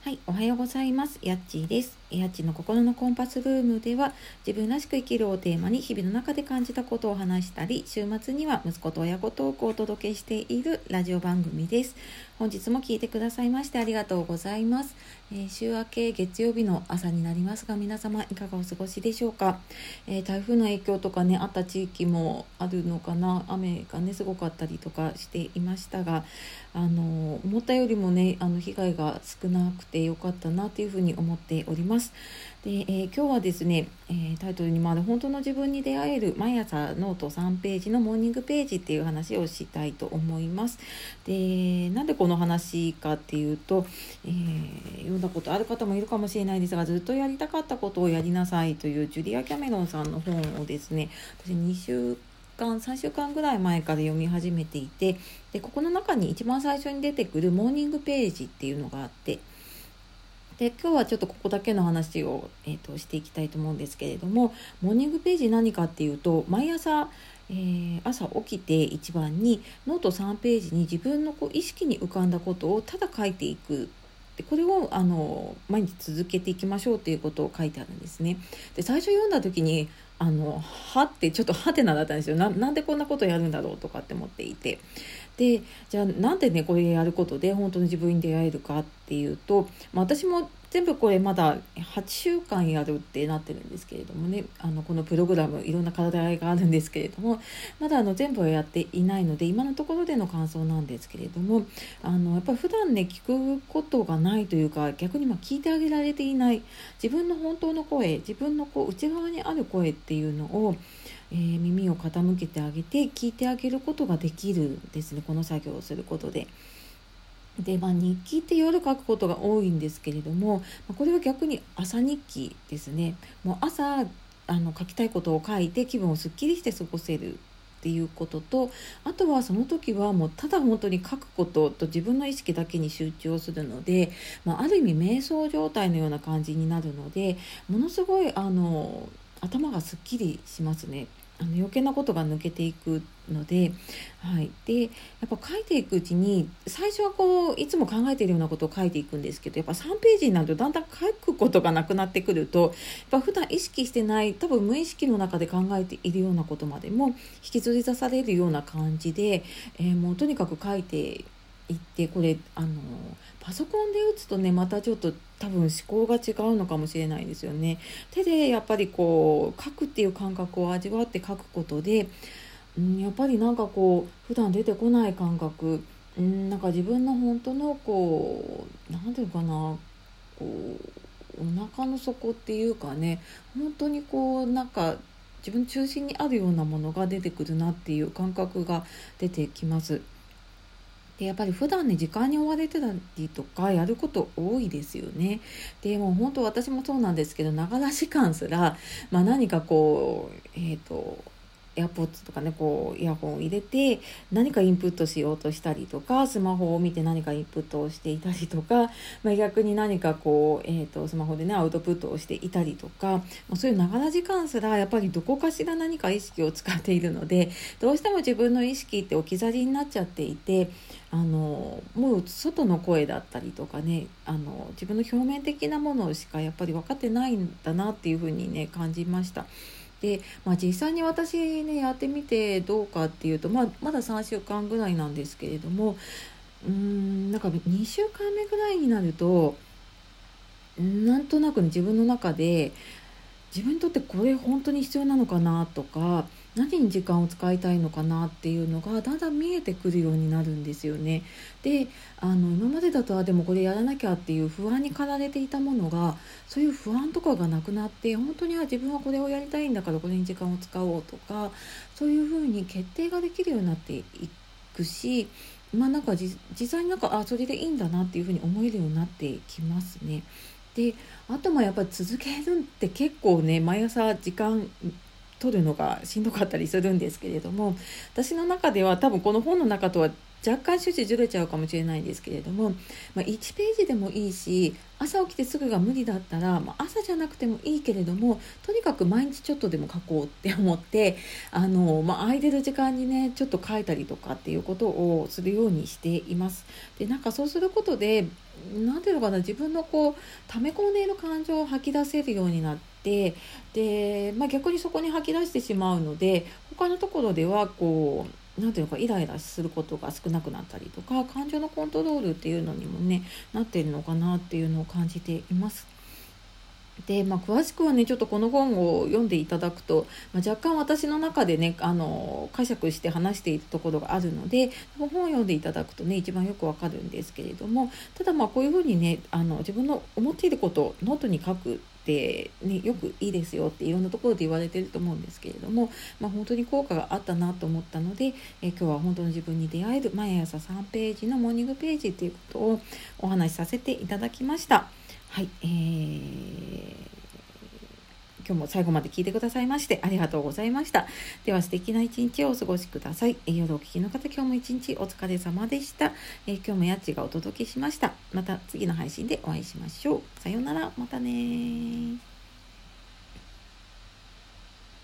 はい、おはようございます。やっちーです。やっちの心のコンパスルームでは、自分らしく生きるをテーマに日々の中で感じたことを話したり、週末には息子と親子トークをお届けしているラジオ番組です。本日も聞いてくださいましてありがとうございます。週明け月曜日の朝になりますが、皆様いかがお過ごしでしょうか。台風の影響とかね、あった地域もあるのかな。雨がねすごかったりとかしていましたが、思ったよりもね被害が少なくてよかったなというふうに思っております。で、今日はですね、タイトルにもある本当の自分に出会える毎朝ノート3ページのモーニングページっていう話をしたいと思います。で、なんでこの話かっていうと、読んだことある方もいるかもしれないですが、ずっとやりたかったことをやりなさいというジュリア・キャメロンさんの本をですね、私3週間ぐらい前から読み始めていて、でここの中に一番最初に出てくるモーニングページっていうのがあって、で今日はちょっとここだけの話を、していきたいと思うんですけれども、モーニングページ何かっていうと、毎朝朝起きて一番にノート3ページに自分の意識に浮かんだことをただ書いていく。でこれを毎日続けていきましょうということを書いてあるんですね。で最初読んだ時にはってちょっとハテナだったんですよ。なんでこんなことやるんだろうとかって思っていて、でじゃあなんでねこれやることで本当に自分に出会えるかっていうと、私も全部これまだ8週間やるってなってるんですけれどもね、このプログラムいろんな課題があるんですけれども、まだ全部はやっていないので今のところでの感想なんですけれども、やっぱり普段ね聞くことがないというか、逆に聞いてあげられていない自分の本当の声、自分の内側にある声っていうのを、耳を傾けてあげて聞いてあげることができるですね、この作業をすることで。で、日記って夜書くことが多いんですけれども、これは逆に朝日記ですね。もう朝書きたいことを書いて気分をすっきりして過ごせるっていうことと、あとはその時はもうただ本当に書くことと自分の意識だけに集中をするので、ある意味瞑想状態のような感じになるので、ものすごい頭がすっきりしますね。余計なことが抜けていくので、でやっぱ書いていくうちに最初はいつも考えているようなことを書いていくんですけど、やっぱ3ページになるとだんだん書くことがなくなってくると、やっぱ普段意識してない、多分無意識の中で考えているようなことまでも引きずり出されるような感じで、もうとにかく書いていって、これパソコンで打つとねまたちょっと多分思考が違うのかもしれないですよね。手でやっぱり書くっていう感覚を味わって書くことで、やっぱり普段出てこない感覚、なんか自分の本当のなんていうかな、お腹の底っていうかね、本当になんか自分中心にあるようなものが出てくるなっていう感覚が出てきます。でやっぱり普段ね時間に追われてたりとかやること多いですよね。でもう本当私もそうなんですけど、ながら時間すら、何かエアポッツとかねイヤホンを入れて何かインプットしようとしたりとか、スマホを見て何かインプットをしていたりとか、逆に何かスマホでねアウトプットをしていたりとか、そういうながら時間すらやっぱりどこかしら何か意識を使っているので、どうしても自分の意識って置き去りになっちゃっていて、もう外の声だったりとかね、自分の表面的なものしかやっぱり分かってないんだなっていうふうにね感じました。で、実際に私ねやってみてどうかっていうと、まだ3週間ぐらいなんですけれども、なんか2週間目ぐらいになるとなんとなくね自分の中で、自分にとってこれ本当に必要なのかなとか、何に時間を使いたいのかなっていうのがだんだん見えてくるようになるんですよね。で今までだとでもこれやらなきゃっていう不安に駆られていたものが、そういう不安とかがなくなって、本当に自分はこれをやりたいんだからこれに時間を使おうとか、そういうふうに決定ができるようになっていくし、なんか実際にそれでいいんだなっていうふうに思えるようになってきますね。であとやっぱり続けるって結構ね毎朝時間取るのがしんどかったりするんですけれども、私の中では多分この本の中とは若干趣旨ずれちゃうかもしれないんですけれども、1ページでもいいし、朝起きてすぐが無理だったら、朝じゃなくてもいいけれども、とにかく毎日ちょっとでも書こうって思って、空いてる時間にねちょっと書いたりとかっていうことをするようにしています。でなんかそうすることで、なんていうのかな、自分の溜め込んでいる感情を吐き出せるようになって、で、逆にそこに吐き出してしまうので、他のところではなんていうのか、イライラすることが少なくなったりとか、感情のコントロールっていうのにもねなっているのかなっていうのを感じています。で、詳しくはねちょっとこの本を読んでいただくと、若干私の中でね解釈して話しているところがあるので、本を読んでいただくとね一番よくわかるんですけれども、ただこういうふうにね自分の思っていることをノートに書くってね、よくいいですよっていろんなところで言われてると思うんですけれども、本当に効果があったなと思ったので、今日は本当の自分に出会える毎朝3ページのモーニングページということをお話しさせていただきました。はい、今日も最後まで聞いてくださいましてありがとうございました。では素敵な一日をお過ごしください。夜お聞きの方、今日も一日お疲れ様でした。今日もやっちがお届けしました。また次の配信でお会いしましょう。さようなら、またね。